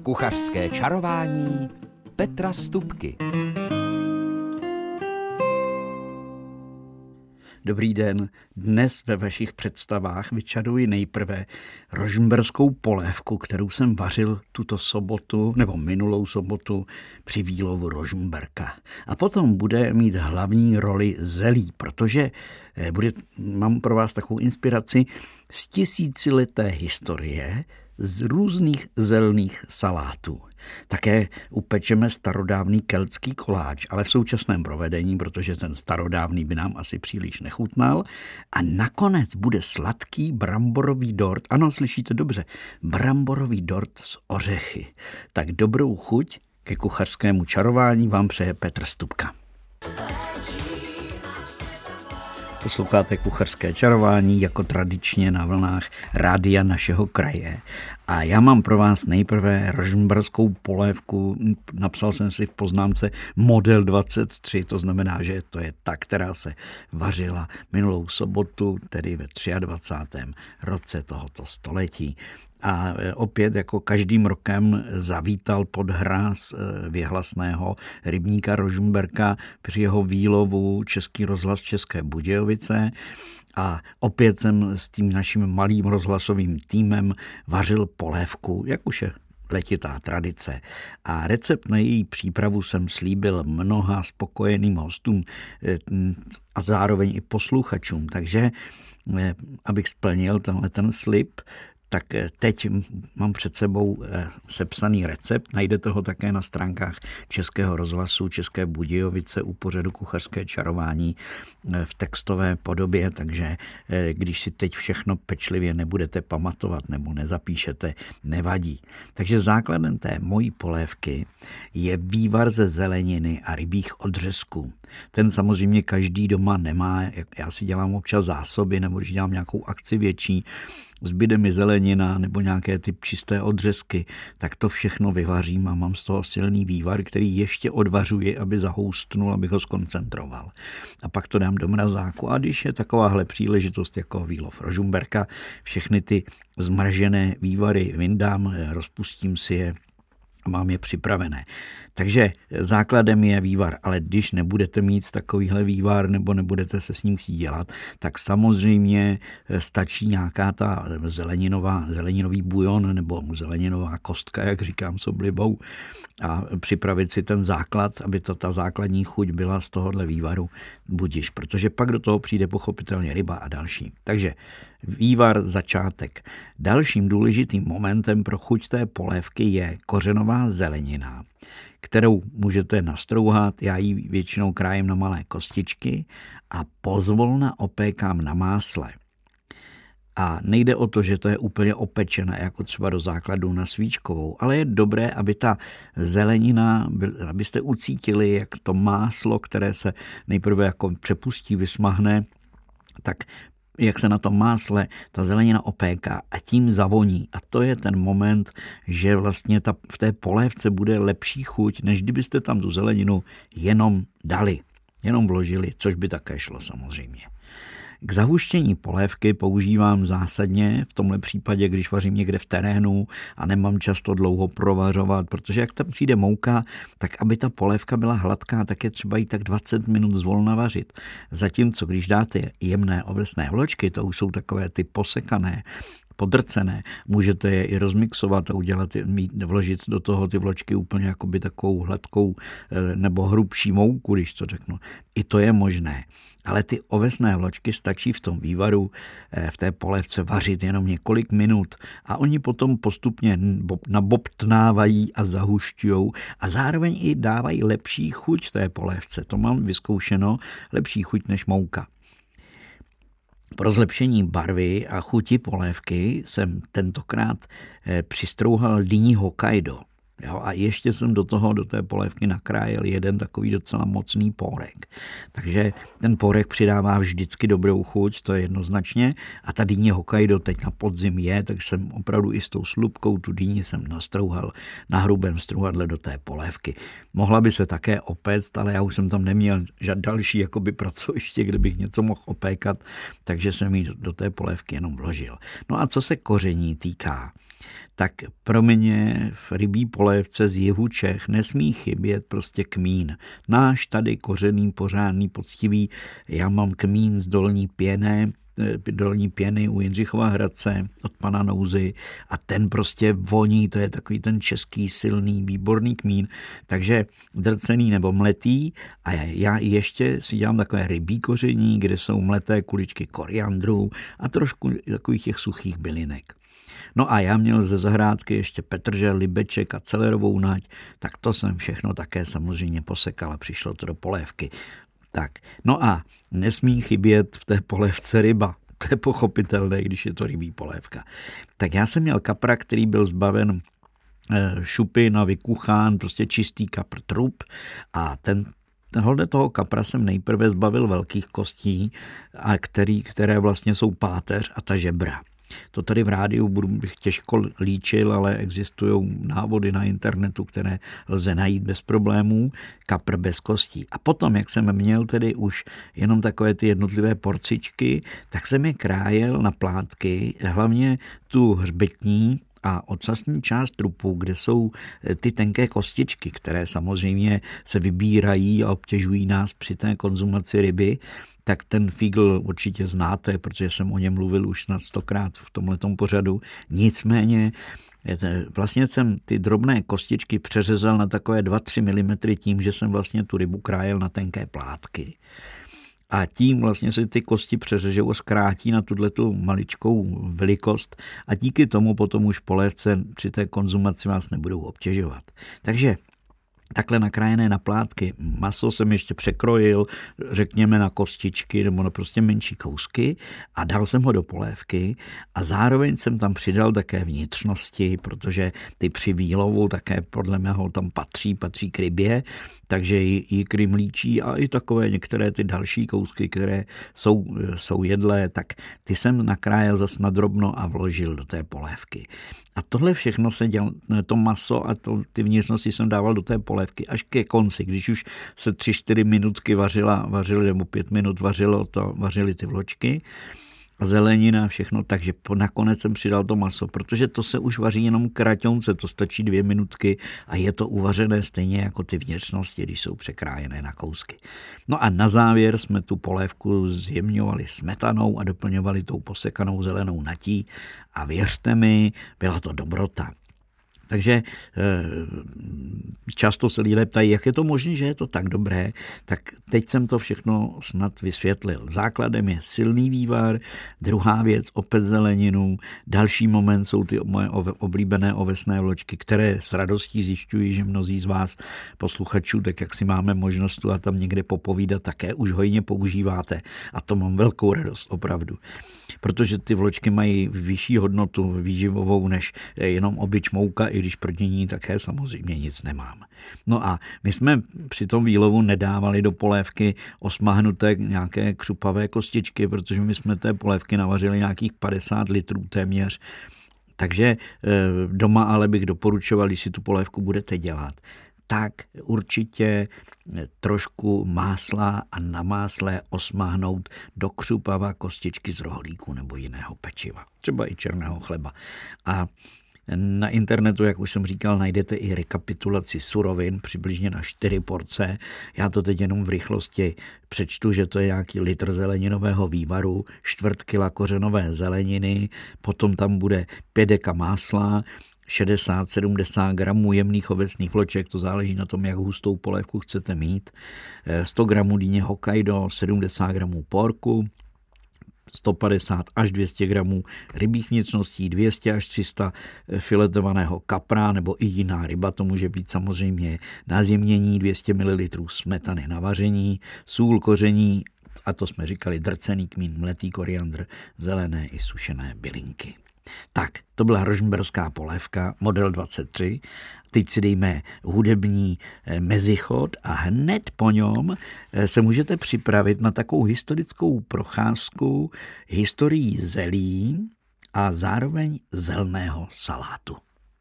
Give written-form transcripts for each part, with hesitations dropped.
Kuchařské čarování Petra Stupky. Dobrý den, dnes ve vašich představách vyčaruji nejprve rožmberskou polévku, kterou jsem vařil tuto sobotu, nebo minulou sobotu při výlovu rožmberka. A potom bude mít hlavní roli zelí, protože mám pro vás takovou inspiraci z tisícileté historie z různých zelných salátů. Také upečeme starodávný keltský koláč, ale v současném provedení, protože ten starodávný by nám asi příliš nechutnal. A nakonec bude sladký bramborový dort. Ano, slyšíte dobře, bramborový dort s ořechy. Tak dobrou chuť ke kuchařskému čarování vám přeje Petr Stupka. Posloucháte Kuchařské čarování jako tradičně na vlnách rádia našeho kraje. A já mám pro vás nejprve rožmberskou polévku. Napsal jsem si v poznámce model 23, to znamená, že to je ta, která se vařila minulou sobotu, tedy ve 23. roce tohoto století. A opět jako každým rokem zavítal pod hráz věhlasného rybníka Rožmberka při jeho výlovu Český rozhlas České Budějovice. A opět jsem s tím naším malým rozhlasovým týmem vařil polévku, jak už je letitá tradice. A recept na její přípravu jsem slíbil mnoha spokojeným hostům a zároveň i posluchačům. Takže abych splnil ten slib, tak teď mám před sebou sepsaný recept. Najdete ho také na stránkách Českého rozhlasu České Budějovice u pořadu Kuchařské čarování v textové podobě, takže když si teď všechno pečlivě nebudete pamatovat nebo nezapíšete, nevadí. Takže základem té mojí polévky je vývar ze zeleniny a rybích odřezků. Ten samozřejmě každý doma nemá. Já si dělám občas zásoby, nebo když dělám nějakou akci větší, zbyde mi zelenina nebo nějaké typ čisté odřezky, tak to všechno vyvařím a mám z toho silný vývar, který ještě odvařuji, aby zahoustnul, abych ho skoncentroval. A pak to dám do mrazáku a když je takováhle příležitost jako výlov rožmberka, všechny ty zmražené vývary vyndám, rozpustím si je, mám je připravené. Takže základem je vývar, ale když nebudete mít takovýhle vývar nebo nebudete se s ním chtít dělat, tak samozřejmě stačí nějaká ta zeleninový bujon nebo zeleninová kostka, jak říkám s oblibou, a připravit si ten základ, aby ta základní chuť byla z tohohle vývaru budiš, protože pak do toho přijde pochopitelně ryba a další. Takže vývar, začátek. Dalším důležitým momentem pro chuť té polévky je kořenová zelenina, kterou můžete nastrouhat, já ji většinou krájím na malé kostičky a pozvolna opékám na másle. A nejde o to, že to je úplně opečené, jako třeba do základu na svíčkovou, ale je dobré, aby ta zelenina, abyste ucítili, jak to máslo, které se nejprve jako přepustí, vysmahne, tak jak se na tom másle ta zelenina opéká a tím zavoní. A to je ten moment, že vlastně v té polévce bude lepší chuť, než kdybyste tam tu zeleninu jenom dali, jenom vložili, což by také šlo samozřejmě. K zahuštění polévky používám zásadně v tomhle případě, když vařím někde v terénu a nemám často dlouho provařovat, protože jak tam přijde mouka, tak aby ta polévka byla hladká, tak je třeba jí tak 20 minut zvolna vařit. Zatímco když dáte jemné ovesné vločky, to už jsou takové ty posekané, podrcené, můžete je i rozmixovat a vložit do toho ty vločky úplně jakoby takovou hladkou nebo hrubší mouku, když to řeknu. I to je možné. Ale ty ovesné vločky stačí v tom vývaru, v té polévce vařit jenom několik minut a oni potom postupně nabobtnávají a zahušťujou a zároveň i dávají lepší chuť té polévce. To mám vyzkoušeno, lepší chuť než mouka. Pro zlepšení barvy a chuti polévky jsem tentokrát přistrouhal dyní Hokkaido. Jo, a ještě jsem do té polévky nakrájel jeden takový docela mocný pórek. Takže ten pórek přidává vždycky dobrou chuť, to je jednoznačně. A ta dyně Hokkaido teď na podzim je, takže jsem opravdu i s tou slupkou tu dyni jsem nastrouhal na hrubém strouhadle do té polévky. Mohla by se také opéct, ale já už jsem tam neměl žádný další jakoby pracoviště, kde bych něco mohl opékat, takže jsem ji do té polévky jenom vložil. No a co se koření týká, tak pro mě v rybí polévce z jihu Čech nesmí chybět prostě kmín. Náš tady kořený, pořádný, poctivý. Já mám kmín z Dolní Pěny u Jindřichova Hradce od pana Nouzy a ten prostě voní, to je takový ten český silný, výborný kmín, takže drcený nebo mletý a já ještě si dělám takové rybí koření, kde jsou mleté kuličky koriandru a trošku takových těch suchých bylinek. No a já měl ze zahrádky ještě petržel, libeček a celerovou nať, tak to jsem všechno také samozřejmě posekal a přišlo to do polévky. Tak, no a nesmí chybět v té polévce ryba. To je pochopitelné, když je to rybí polévka. Tak já jsem měl kapra, který byl zbaven šupin a vykuchán, prostě čistý kapr trup a tenhle toho kapra jsem nejprve zbavil velkých kostí, a které vlastně jsou páteř a ta žebra. To tady v rádiu bych těžko líčil, ale existují návody na internetu, které lze najít bez problémů, kapr bez kostí. A potom, jak jsem měl tedy už jenom takové ty jednotlivé porcičky, tak jsem je krájel na plátky, hlavně tu hřbetní a ocasní část trupu, kde jsou ty tenké kostičky, které samozřejmě se vybírají a obtěžují nás při té konzumaci ryby, tak ten fígl určitě znáte, protože jsem o něm mluvil už snad 100krát v tomhletom pořadu. Nicméně vlastně jsem ty drobné kostičky přeřezal na takové 2-3 mm tím, že jsem vlastně tu rybu krájel na tenké plátky. A tím vlastně se ty kosti přeřežou a zkrátí na tuto maličkou velikost a díky tomu potom už polévce při té konzumaci vás nebudou obtěžovat. Takže takhle nakrájené na plátky. Maso jsem ještě překrojil, řekněme na kostičky nebo na prostě menší kousky a dal jsem ho do polévky a zároveň jsem tam přidal také vnitřnosti, protože ty při výlovu také podle mého tam patří k rybě, takže jikry, mlíčí a i takové některé ty další kousky, které jsou jedlé, tak ty jsem nakrájel zas nadrobno a vložil do té polévky. A tohle všechno se dělalo, to maso a ty vnitřnosti jsem dával do té polévky až ke konci, když už se 3-4 minutky vařily nebo 5 minut vařily ty vločky a zelenina a všechno, takže nakonec jsem přidal to maso, protože to se už vaří jenom kraťonce, to stačí 2 minutky a je to uvařené stejně jako ty vnitřnosti, když jsou překrájené na kousky. No a na závěr jsme tu polévku zjemňovali smetanou a doplňovali tou posekanou zelenou natí a věřte mi, byla to dobrota. Takže často se lidé ptají, jak je to možné, že je to tak dobré, tak teď jsem to všechno snad vysvětlil. Základem je silný vývar, druhá věc opět zeleninu, další moment jsou ty moje oblíbené ovesné vločky, které s radostí zjišťují, že mnozí z vás posluchačů, tak jak si máme možnost tu a tam někde popovídat, také už hojně používáte a to mám velkou radost opravdu. Protože ty vločky mají vyšší hodnotu výživovou než jenom obyč mouka, i když proti ní také samozřejmě nic nemám. No a my jsme při tom výlovu nedávali do polévky osmahnuté nějaké křupavé kostičky, protože my jsme té polévky navařili nějakých 50 litrů téměř. Takže doma ale bych doporučoval, když si tu polévku budete dělat, tak určitě trošku másla a na másle osmáhnout do křupava kostičky z rohlíku nebo jiného pečiva, třeba i černého chleba. A na internetu, jak už jsem říkal, najdete i rekapitulaci surovin přibližně na 4 porce. Já to teď jenom v rychlosti přečtu, že to je nějaký litr zeleninového vývaru, 1/4 kila kořenové zeleniny, potom tam bude 5 deka másla, 60-70 gramů jemných ovesných vloček, to záleží na tom, jak hustou polévku chcete mít, 100 gramů dýně Hokkaido, 70 gramů porku, 150 až 200 gramů rybích vnitřností, 200 až 300 filetovaného kapra nebo i jiná ryba, to může být samozřejmě na zjemnění, 200 ml smetany na vaření, sůl, koření, a to jsme říkali drcený kmín, mletý koriandr, zelené i sušené bylinky. Tak, to byla rožmberská polévka, model 23. Teď si dejme hudební mezichod a hned po něm se můžete připravit na takovou historickou procházku historií zelí a zároveň zelného salátu.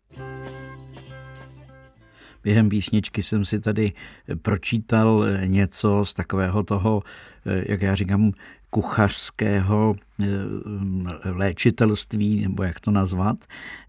Během písničky jsem si tady pročítal něco z takového toho, jak já říkám, kuchařského léčitelství, nebo jak to nazvat.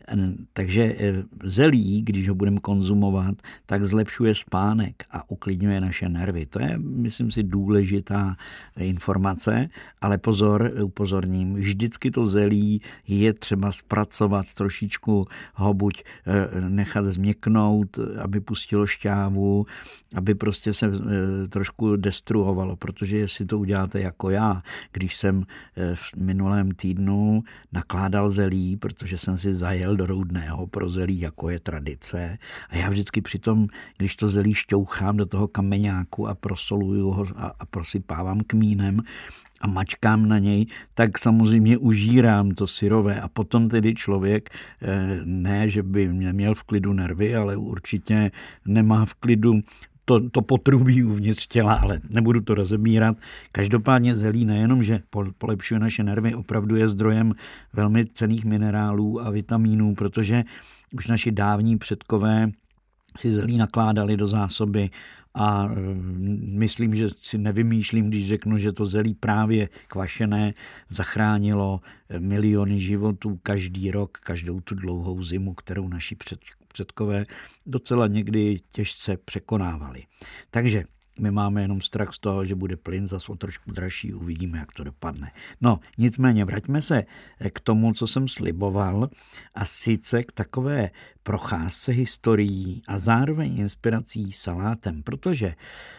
Takže zelí, když ho budeme konzumovat, tak zlepšuje spánek a uklidňuje naše nervy. To je, myslím si, důležitá informace, ale pozor, upozorním, vždycky to zelí je třeba zpracovat, trošičku ho buď nechat změknout, aby pustilo šťávu, aby prostě se trošku destruovalo, protože jestli to uděláte jako já, když jsem v minulém týdnu nakládal zelí, protože jsem si zajel do Roudného pro zelí, jako je tradice. A já vždycky přitom, když to zelí šťouchám do toho kameňáku a prosoluju ho a prosypávám kmínem a mačkám na něj, tak samozřejmě užírám to syrové. A potom tedy člověk ne, že by neměl v klidu nervy, ale určitě nemá v klidu to potrubí uvnitř těla, ale nebudu to rozebírat. Každopádně zelí nejenom, že polepšuje naše nervy, opravdu je zdrojem velmi cenných minerálů a vitamínů, protože už naši dávní předkové si zelí nakládali do zásoby a myslím, že si nevymýšlím, když řeknu, že to zelí právě kvašené zachránilo miliony životů každý rok, každou tu dlouhou zimu, kterou naši předkové docela někdy těžce překonávali. Takže my máme jenom strach z toho, že bude plyn zase o trošku dražší, uvidíme, jak to dopadne. No, nicméně, vraťme se k tomu, co jsem sliboval, a sice k takové procházce historií a zároveň inspirací salátem, protože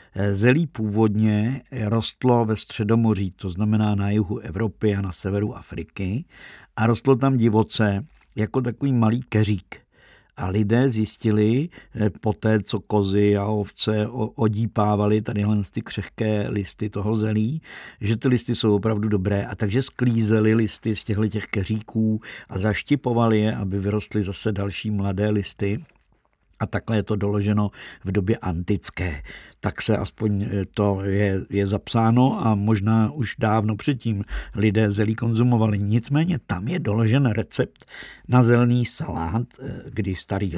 zelí původně rostlo ve Středomoří, to znamená na jihu Evropy a na severu Afriky, a rostlo tam divoce jako takový malý keřík. A lidé zjistili, poté co kozy a ovce odípávali tadyhle ty křehké listy toho zelí, že ty listy jsou opravdu dobré, a takže sklízeli listy z těch keříků a zaštipovali je, aby vyrostly zase další mladé listy. A takhle je to doloženo v době antické. Tak se aspoň to je zapsáno a možná už dávno předtím lidé zelí konzumovali. Nicméně tam je doložen recept na zelený salát, kdy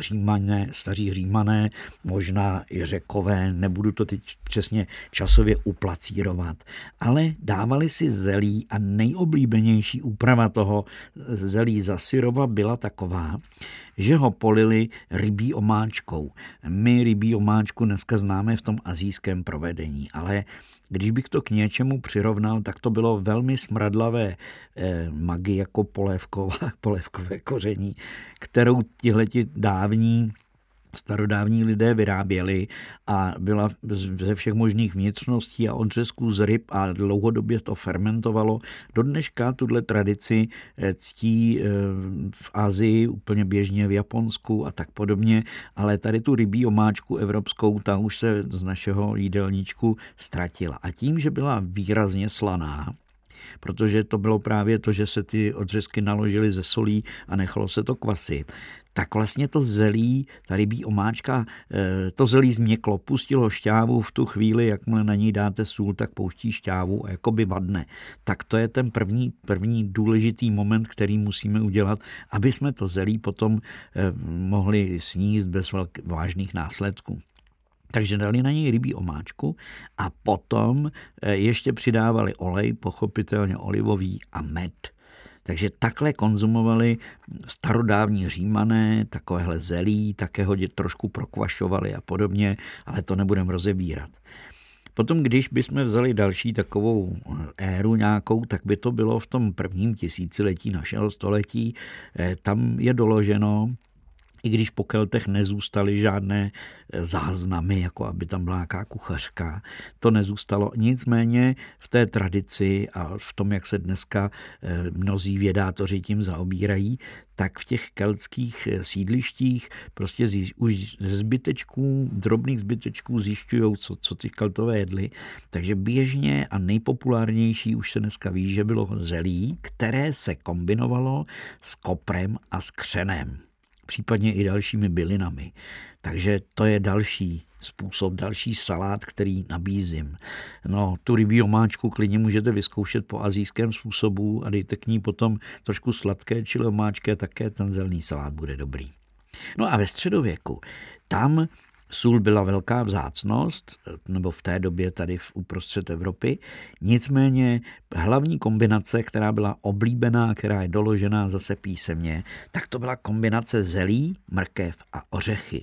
staří Římané, možná i Řekové, nebudu to teď přesně časově uplacírovat, ale dávali si zelí a nejoblíbenější úprava toho zelí za syrova byla taková, že ho polili rybí omáčkou. My rybí omáčku dneska známe v tom asijském provedení, ale když bych to k něčemu přirovnal, tak to bylo velmi smradlavé magi jako polévkové koření, kterou tihleti starodávní lidé vyráběli a byla ze všech možných vnitřností a odřezků z ryb a dlouhodobě to fermentovalo. Do dneška tuhle tradici ctí v Asii, úplně běžně v Japonsku a tak podobně, ale tady tu rybí omáčku evropskou, ta už se z našeho jídelníčku ztratila. A tím, že byla výrazně slaná, protože to bylo právě to, že se ty odřezky naložily ze solí a nechalo se to kvasit, tak vlastně to zelí, ta rybí omáčka, to zelí změklo, pustilo šťávu v tu chvíli, jakmile na ní dáte sůl, tak pouští šťávu a jakoby vadne. Tak to je ten první důležitý moment, který musíme udělat, aby jsme to zelí potom mohli sníst bez vážných následků. Takže dali na něj rybí omáčku a potom ještě přidávali olej, pochopitelně olivový a med. Takže takhle konzumovali starodávní Římané, takovéhle zelí, také ho trošku prokvašovali a podobně, ale to nebudeme rozebírat. Potom, když bychom vzali další takovou éru nějakou, tak by to bylo v tom prvním tisíciletí našeho století. Tam je doloženo, i když po Keltech nezůstaly žádné záznamy, jako aby tam byla nějaká kuchařka, to nezůstalo. Nicméně v té tradici a v tom, jak se dneska mnozí vědátoři tím zaobírají, tak v těch keltských sídlištích prostě už drobných zbytečků zjišťují, co ty Keltové jedli. Takže běžně a nejpopulárnější už se dneska ví, že bylo zelí, které se kombinovalo s koprem a s křenem, případně i dalšími bylinami. Takže to je další způsob, další salát, který nabízím. No, tu rybí omáčku klidně můžete vyzkoušet po asijském způsobu a dejte k ní potom trošku sladké čili omáčky a také ten zelený salát bude dobrý. No a ve středověku, tam Sůl byla velká vzácnost, nebo v té době tady uprostřed Evropy. Nicméně hlavní kombinace, která byla oblíbená, která je doložená zase písemně, tak to byla kombinace zelí, mrkev a ořechy.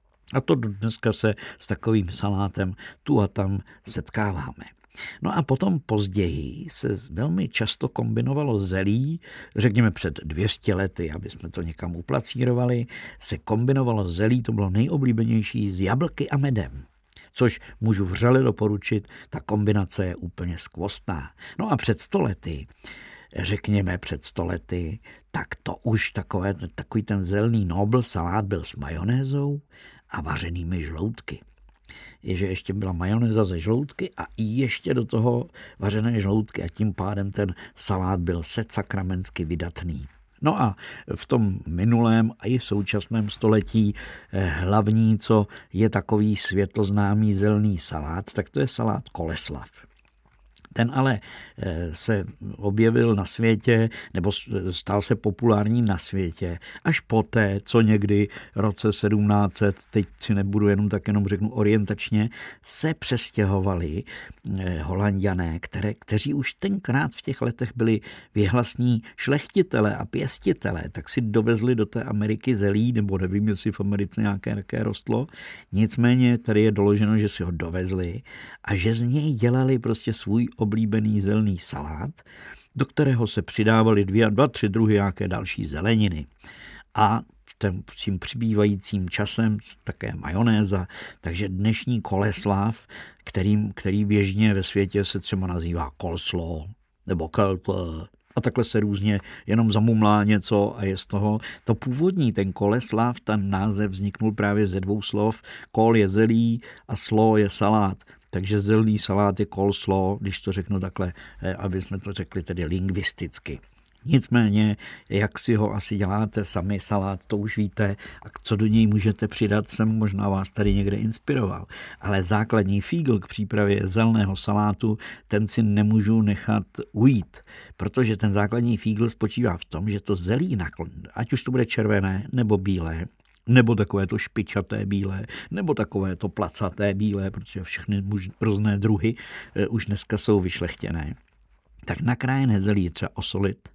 A to dneska se s takovým salátem tu a tam setkáváme. No a potom později se velmi často kombinovalo zelí, řekněme před 200 lety, aby jsme to někam uplacírovali, se kombinovalo zelí, to bylo nejoblíbenější, s jablky a medem. Což můžu vřele doporučit, ta kombinace je úplně skvostná. No a před 100 lety, řekněme před 100 lety, tak to už takový ten zelený Nobel salát byl s majonézou a vařenými žloutky. Je, že ještě byla majonéza ze žloutky a ještě do toho vařené žloutky a tím pádem ten salát byl sakramensky vydatný. No a v tom minulém a i v současném století hlavní, co je takový světoznámý zelený salát, tak to je salát Koleslav. Ten ale se objevil na světě, nebo stal se populární na světě, až poté, co někdy v roce 1700, teď si nebudu jenom řeknu orientačně, se přestěhovali Holanďané, kteří už tenkrát v těch letech byli věhlasní šlechtitelé a pěstitelé, tak si dovezli do té Ameriky zelí, nebo nevím, jestli v Americe nějaké také rostlo. Nicméně tady je doloženo, že si ho dovezli a že z něj dělali prostě svůj oblíbený zelený salát, do kterého se přidávaly 2-3 druhy nějaké další zeleniny. A tím přibývajícím časem také majonéza, takže dnešní Koleslav, který běžně ve světě se třeba nazývá coleslaw nebo keltle, a takhle se různě jenom zamumlá něco a je z toho. To původní, ten Koleslav, ten název vzniknul právě ze 2 slov. Kol je zelí a slaw je salát. Takže zelený salát je coleslaw, když to řeknu takhle, aby jsme to řekli tedy lingvisticky. Nicméně, jak si ho asi děláte sami salát, to už víte, a co do něj můžete přidat, jsem možná vás tady někde inspiroval. Ale základní fígl k přípravě zeleného salátu, ten si nemůžu nechat ujít, protože ten základní fígl spočívá v tom, že to zelí, ať už to bude červené nebo bílé, nebo takové to špičaté bílé, nebo takové to placaté bílé, protože všechny různé druhy už dneska jsou vyšlechtěné. Tak nakrájené zelí je třeba osolit,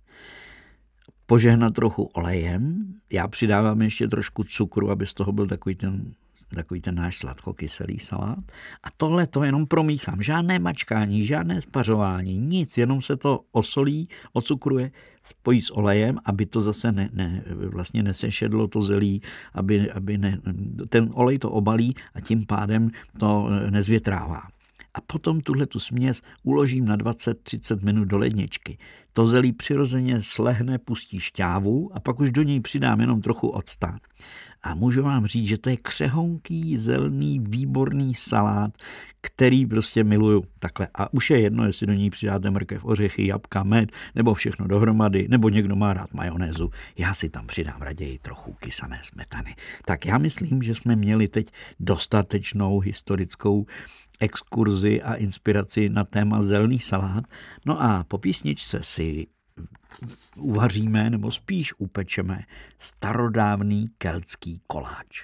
požehnat trochu olejem, já přidávám ještě trošku cukru, aby z toho byl takový ten náš sladkokyselý salát. A tohle to jenom promíchám, žádné mačkání, žádné spařování, nic, jenom se to osolí, ocukruje, spojí s olejem, aby to zase vlastně nesešedlo to zelí, aby ten olej to obalí a tím pádem to nezvětrává. A potom tu směs uložím na 20-30 minut do ledničky. To zelí přirozeně slehne, pustí šťávu a pak už do něj přidám jenom trochu octa. A můžu vám říct, že to je křehonký, zelený, výborný salát, který prostě miluju. Takhle. A už je jedno, jestli do něj přidáte mrkev, ořechy, jabka, med, nebo všechno dohromady, nebo někdo má rád majonézu. Já si tam přidám raději trochu kysané smetany. Tak já myslím, že jsme měli teď dostatečnou historickou exkurzi a inspiraci na téma zelený salát. No a po písničce si uvaříme, nebo spíš upečeme starodávný keltský koláč.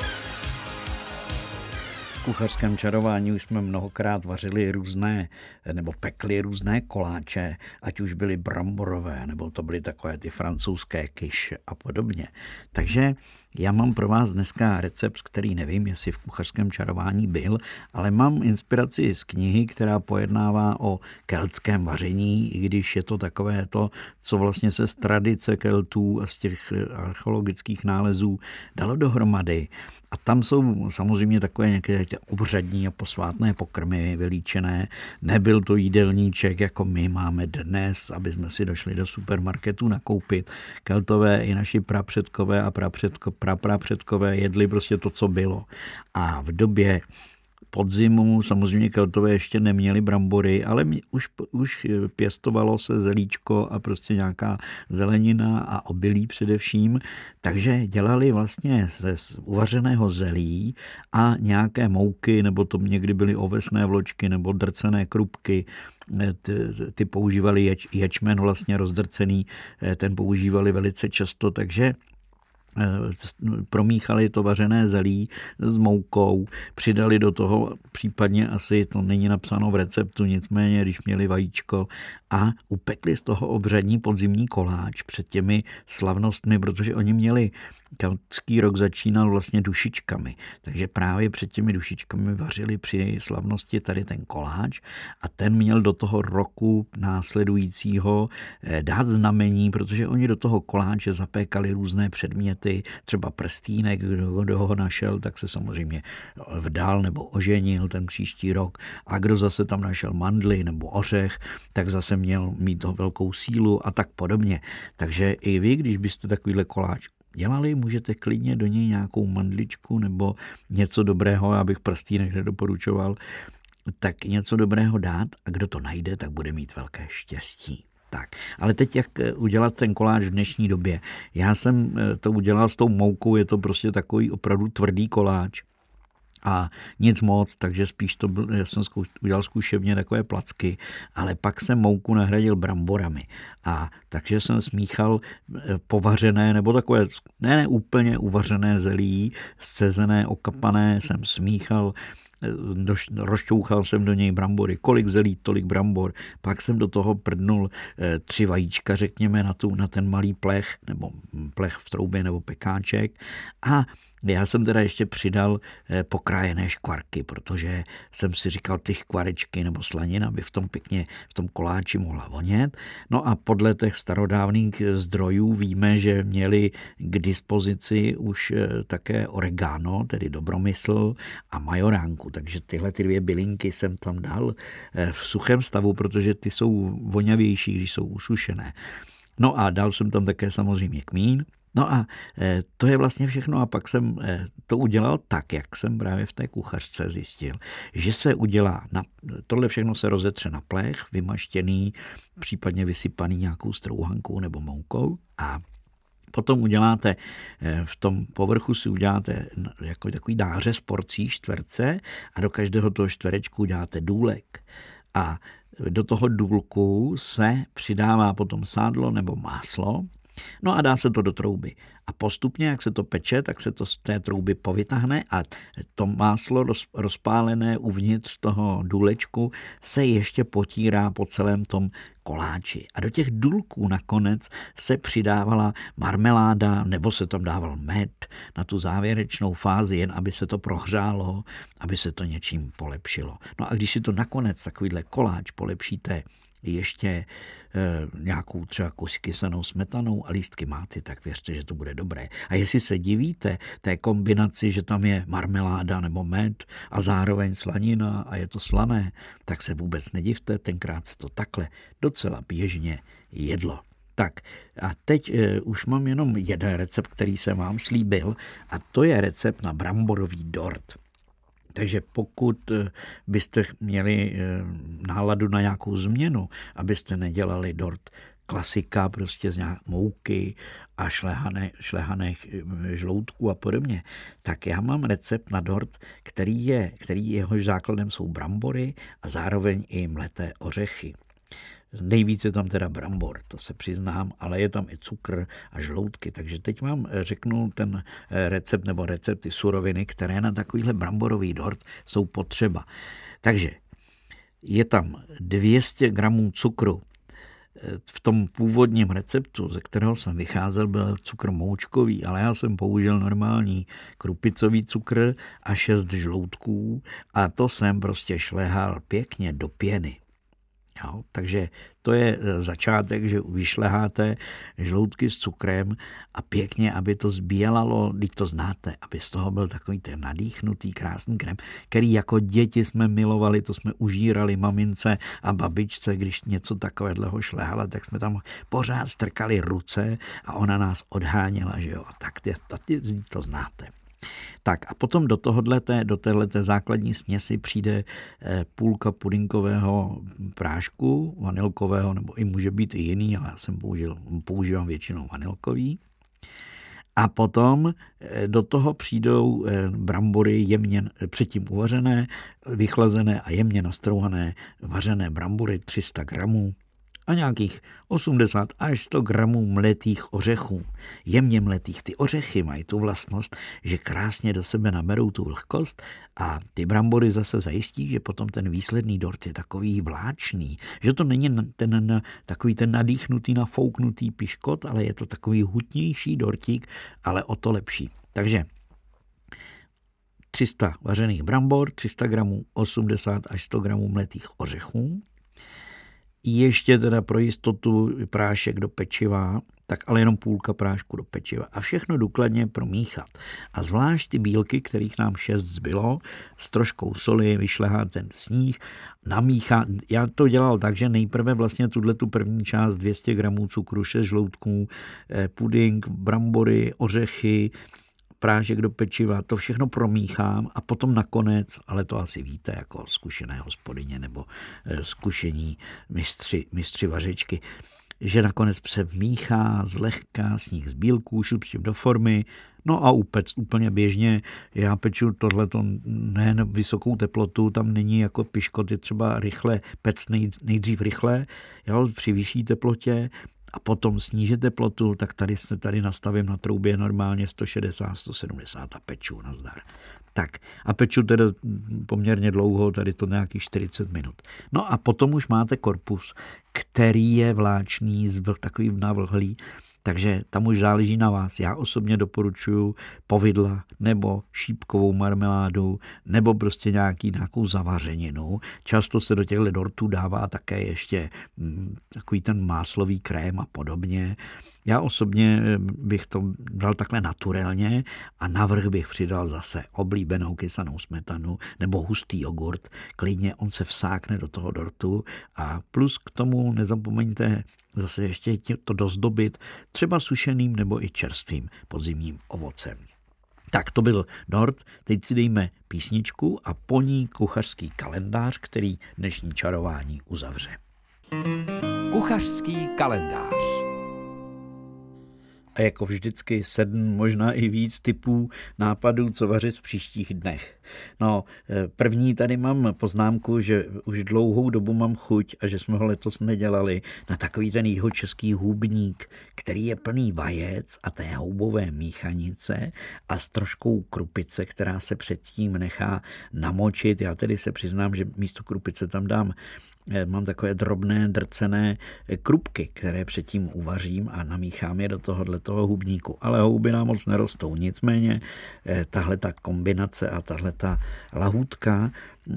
V kuchařském čarování už jsme mnohokrát vařili nebo pekli různé koláče, ať už byly bramborové, nebo to byly takové ty francouzské kyše a podobně. Takže já mám pro vás dneska recept, který nevím, jestli v kuchařském čarování byl, ale mám inspiraci z knihy, která pojednává o keltském vaření, i když je to takové to, co vlastně se z tradice Keltů a z těch archeologických nálezů dalo dohromady. A tam jsou samozřejmě takové nějaké obřadní a posvátné pokrmy vylíčené. Nebyl to jídelníček, jako my máme dnes, aby jsme si došli do supermarketu nakoupit. Keltové i naši prapředkové a prapředkové jedli prostě to, co bylo. A v době podzimu samozřejmě Keltové ještě neměli brambory, ale už pěstovalo se zelíčko a prostě nějaká zelenina a obilí především, takže dělali vlastně ze uvařeného zelí a nějaké mouky, nebo to někdy byly ovesné vločky nebo drcené krupky, ty používali ječmen vlastně rozdrcený, ten používali velice často, takže promíchali to vařené zelí s moukou, přidali do toho, případně asi to není napsáno v receptu, nicméně, když měli vajíčko a upekli z toho obřadní podzimní koláč před těmi slavnostmi, protože oni měli, keltský rok začínal vlastně dušičkami, takže právě před těmi dušičkami vařili při slavnosti tady ten koláč a ten měl do toho roku následujícího dát znamení, protože oni do toho koláče zapékali různé předměty, třeba prstýnek, kdo ho našel, tak se samozřejmě vdal nebo oženil ten příští rok a kdo zase tam našel mandly nebo ořech, tak zase měl mít toho velkou sílu a tak podobně. Takže i vy, když byste takovýhle koláč dělali, můžete klidně do něj nějakou mandličku nebo něco dobrého, abych prstýnek nedoporučoval, tak něco dobrého dát a kdo to najde, tak bude mít velké štěstí. Tak, ale teď jak udělat ten koláč v dnešní době? Já jsem to udělal s tou moukou, je to prostě takový opravdu tvrdý koláč a nic moc, takže spíš to byl, já jsem udělal zkušebně takové placky, ale pak jsem mouku nahradil bramborami a takže jsem smíchal povařené nebo takové, ne úplně uvařené zelí, scezené, okapané jsem smíchal, rozčouchal jsem do něj brambory, kolik zelí, tolik brambor, pak jsem do toho prdnul 3 vajíčka, řekněme, na ten malý plech, nebo plech v troubě, nebo pekáček a já jsem teda ještě přidal pokrájené škvarky, protože jsem si říkal ty škvarečky nebo slanina, aby v tom pěkně v tom koláči mohla vonět. No a podle těch starodávných zdrojů víme, že měli k dispozici už také oregano, tedy dobromysl a majoránku, takže tyhle 2 bylinky jsem tam dal v suchém stavu, protože ty jsou voňavější, když jsou usušené. No a dal jsem tam také samozřejmě kmín. No a to je vlastně všechno a pak jsem to udělal tak, jak jsem právě v té kuchařce zjistil, že se udělá, tohle všechno se rozetře na plech, vymaštěný, případně vysypaný nějakou strouhankou nebo moukou a potom uděláte, v tom povrchu si uděláte jako takový nářez porcí čtverce a do každého toho čtverečku uděláte důlek a do toho důlku se přidává potom sádlo nebo máslo. No a dá se to do trouby. A postupně, jak se to peče, tak se to z té trouby povytáhne a to máslo rozpálené uvnitř toho důlečku se ještě potírá po celém tom koláči. A do těch důlků nakonec se přidávala marmeláda nebo se tam dával med na tu závěrečnou fázi, jen aby se to prohřálo, aby se to něčím polepšilo. No a když si to nakonec takovýhle koláč polepšíte ještě nějakou třeba kysanou smetanou a lístky máty, tak věřte, že to bude dobré. A jestli se divíte té kombinaci, že tam je marmeláda nebo med a zároveň slanina a je to slané, tak se vůbec nedivte, tenkrát se to takhle docela běžně jedlo. Tak a teď už mám jenom jeden recept, který jsem vám slíbil a to je recept na bramborový dort. Takže pokud byste měli náladu na nějakou změnu, abyste nedělali dort klasika prostě z mouky a šlehaných žloutků a podobně, tak já mám recept na dort, který jehož základem jsou brambory a zároveň i mleté ořechy. Nejvíce tam teda brambor, to se přiznám, ale je tam i cukr a žloutky. Takže teď vám řeknu ten recept nebo recepty suroviny, které na takovýhle bramborový dort jsou potřeba. Takže je tam 200 gramů cukru. V tom původním receptu, ze kterého jsem vycházel, byl cukr moučkový, ale já jsem použil normální krupicový cukr a 6 žloutků a to jsem prostě šlehal pěkně do pěny. Jo, takže to je začátek, že vyšleháte žloutky s cukrem a pěkně, aby to zbělalo, když to znáte, aby z toho byl takový ten nadýchnutý krásný krém, který jako děti jsme milovali, to jsme užírali mamince a babičce, když něco takového šlehala, tak jsme tam pořád strkali ruce a ona nás odháněla, že jo, a tak to znáte. Tak a potom do téhleté základní směsi přijde půlka pudinkového prášku, vanilkového, nebo i může být i jiný, ale já jsem používám většinou vanilkový. A potom do toho přijdou brambory jemně předtím uvařené, vychlazené a jemně nastrouhané vařené brambory 300 gramů. a nějakých 80 až 100 gramů mletých ořechů. Jemně mletých. Ty ořechy mají tu vlastnost, že krásně do sebe naberou tu vlhkost a ty brambory zase zajistí, že potom ten výsledný dort je takový vláčný, že to není takový ten nadýchnutý, nafouknutý piškot, ale je to takový hutnější dortík, ale o to lepší. Takže 300 vařených brambor, 300 gramů, 80 až 100 gramů mletých ořechů. Ještě teda pro jistotu prášek do pečiva, tak ale jenom půlka prášku do pečiva a všechno důkladně promíchat. A zvlášť ty bílky, kterých nám 6 zbylo, s troškou soli vyšlehá ten sníh, namíchá. Já to dělal tak, že nejprve vlastně tu první část 200 gramů cukru, 6 žloutků, puding, brambory, ořechy, prášek do pečiva, to všechno promíchám a potom nakonec, ale to asi víte jako zkušené hospodyně nebo zkušení mistři vařečky, že nakonec se vmíchá zlehka sníh z bílků, šupštím do formy, no a upec úplně běžně. Já peču tohleto ne na vysokou teplotu, tam není jako piškot, je třeba rychle pec nejdřív rychle, jo, při vyšší teplotě a potom snížit teplotu, tak tady nastavím na troubě normálně 160, 170 a peču, nazdar. Tak a peču teda poměrně dlouho, tady to nějakých 40 minut. No a potom už máte korpus, který je vláčný, takový navlhlý, takže tam už záleží na vás. Já osobně doporučuji povidla nebo šípkovou marmeládu nebo prostě nějakou zavařeninu. Často se do těchto dortů dává také ještě takový ten máslový krém a podobně. Já osobně bych to dal takhle naturelně a navrch bych přidal zase oblíbenou kysanou smetanu nebo hustý jogurt. Klidně on se vsákne do toho dortu a plus k tomu nezapomeňte zase ještě to dozdobit třeba sušeným nebo i čerstvým podzimním ovocem. Tak to byl dort, teď si dejme písničku a po ní kuchařský kalendář, který dnešní čarování uzavře. Kuchařský kalendář. A jako vždycky 7, možná i víc typů nápadů, co vařit v příštích dnech. No, první tady mám poznámku, že už dlouhou dobu mám chuť a že jsme ho letos nedělali na takový ten jihočeský hubník, který je plný vajec a té houbové míchanice a s troškou krupice, která se předtím nechá namočit. Já tedy se přiznám, že místo krupice tam dám mám takové drobné drcené krupky, které předtím uvařím a namíchám je do tohoto hubníku. Ale houby nám moc nerostou. Nicméně tahle ta kombinace a tahle ta lahůdka,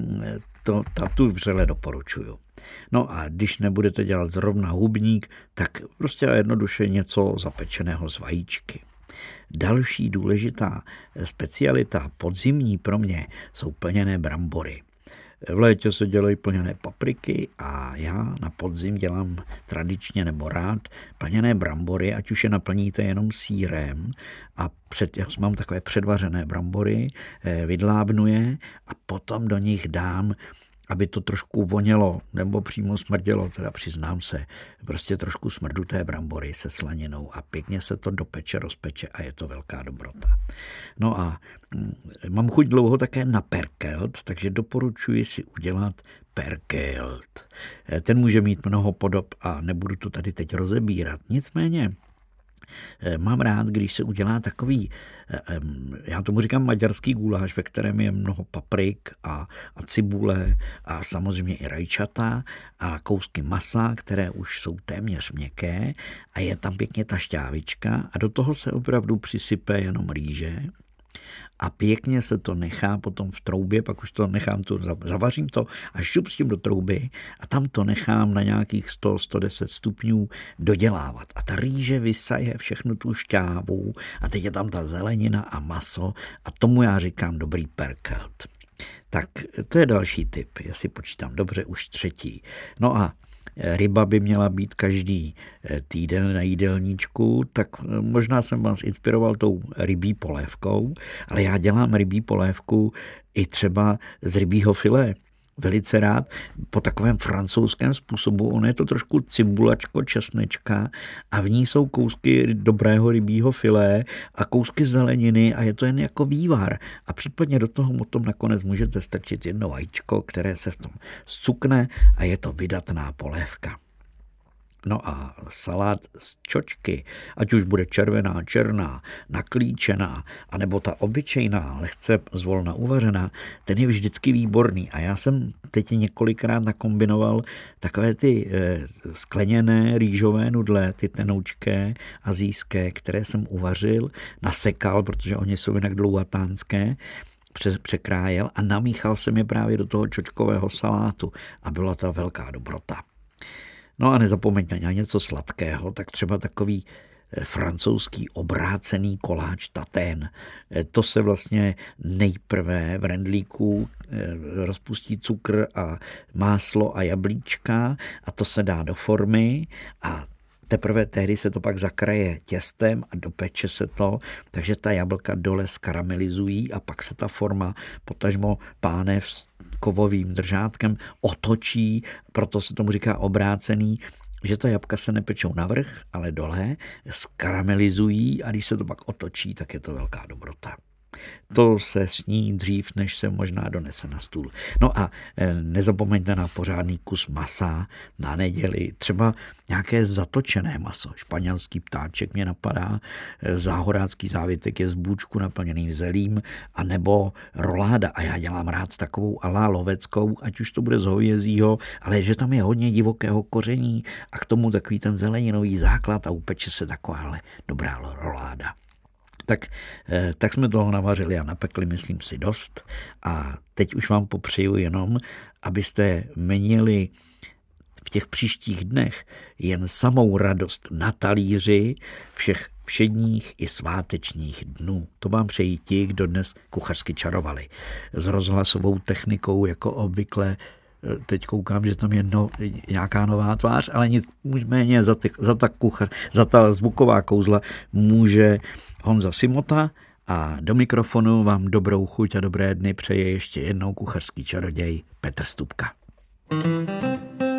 tu vřele doporučuju. No a když nebudete dělat zrovna hubník, tak prostě jednoduše něco zapečeného z vajíčky. Další důležitá specialita podzimní pro mě jsou plněné brambory. V létě se dělají plněné papriky a já na podzim dělám tradičně nebo rád plněné brambory, ať už je naplníte jenom sýrem a já mám takové předvařené brambory, vydlábnu je a potom do nich dám, aby to trošku vonělo nebo přímo smrdělo, teda přiznám se, prostě trošku smrdu té brambory se slaninou a pěkně se to dopeče, rozpeče a je to velká dobrota. No a mám chuť dlouho také na perkelt, takže doporučuji si udělat perkelt. Ten může mít mnoho podob a nebudu to tady teď rozebírat. Nicméně mám rád, když se udělá takový, já tomu říkám maďarský guláš, ve kterém je mnoho paprik a cibule a samozřejmě i rajčata a kousky masa, které už jsou téměř měkké a je tam pěkně ta šťávička a do toho se opravdu přisype jenom rýže a pěkně se to nechá potom v troubě, pak už to nechám, zavařím to a šup s tím do trouby a tam to nechám na nějakých 100-110 stupňů dodělávat. A ta rýže vysaje všechnu tu šťávu a teď je tam ta zelenina a maso a tomu já říkám dobrý perkelt. Tak to je další tip, já si počítám dobře, už 3. No a ryba by měla být každý týden na jídelníčku, tak možná jsem vás inspiroval tou rybí polévkou, ale já dělám rybí polévku i třeba z rybího filé. Velice rád po takovém francouzském způsobu. Ono je to trošku cibulačko, česnečka a v ní jsou kousky dobrého rybího filé a kousky zeleniny a je to jen jako vývar. A případně do toho potom nakonec můžete strčit jedno vajíčko, které se v tom zcukne a je to vydatná polévka. No a salát z čočky, ať už bude červená, černá, naklíčená, anebo ta obyčejná, lehce zvolna uvařená, ten je vždycky výborný. A já jsem teď několikrát nakombinoval takové ty skleněné rýžové nudle, ty tenoučké asijské, které jsem uvařil, nasekal, protože oni jsou jinak dlouhatánské, překrájel a namíchal jsem je právě do toho čočkového salátu a byla to velká dobrota. No a nezapomeňte na něco sladkého, tak třeba takový francouzský obrácený koláč tatén. To se vlastně nejprve v rendlíku rozpustí cukr a máslo a jablíčka a to se dá do formy a teprve tehdy se to pak zakraje těstem a dopeče se to, takže ta jablka dole skaramelizují a pak se ta forma potažmo pánev s kovovým držátkem otočí, proto se tomu říká obrácený, že ta jablka se nepečou navrch, ale dole, skaramelizují a když se to pak otočí, tak je to velká dobrota. To se sní dřív, než se možná donese na stůl. No a nezapomeňte na pořádný kus masa na neděli, třeba nějaké zatočené maso, španělský ptáček mě napadá, záhorácký závitek je z bůčku naplněný zelím, anebo roláda a já dělám rád takovou alá loveckou, ať už to bude z hovězího, ale že tam je hodně divokého koření a k tomu takový ten zeleninový základ a upeče se takováhle dobrá roláda. Tak jsme toho navařili a napekli, myslím si, dost. A teď už vám popřeju jenom, abyste měli v těch příštích dnech jen samou radost na talíři všech všedních i svátečních dnů. To vám přejí ti, kdo dnes kuchařsky čarovali. S rozhlasovou technikou, jako obvykle. Teď koukám, že tam je nějaká nová tvář, ale nic méně za ta zvuková kouzla může Honza Simota a do mikrofonu vám dobrou chuť a dobré dny přeje ještě jednou kuchařský čaroděj Petr Stupka.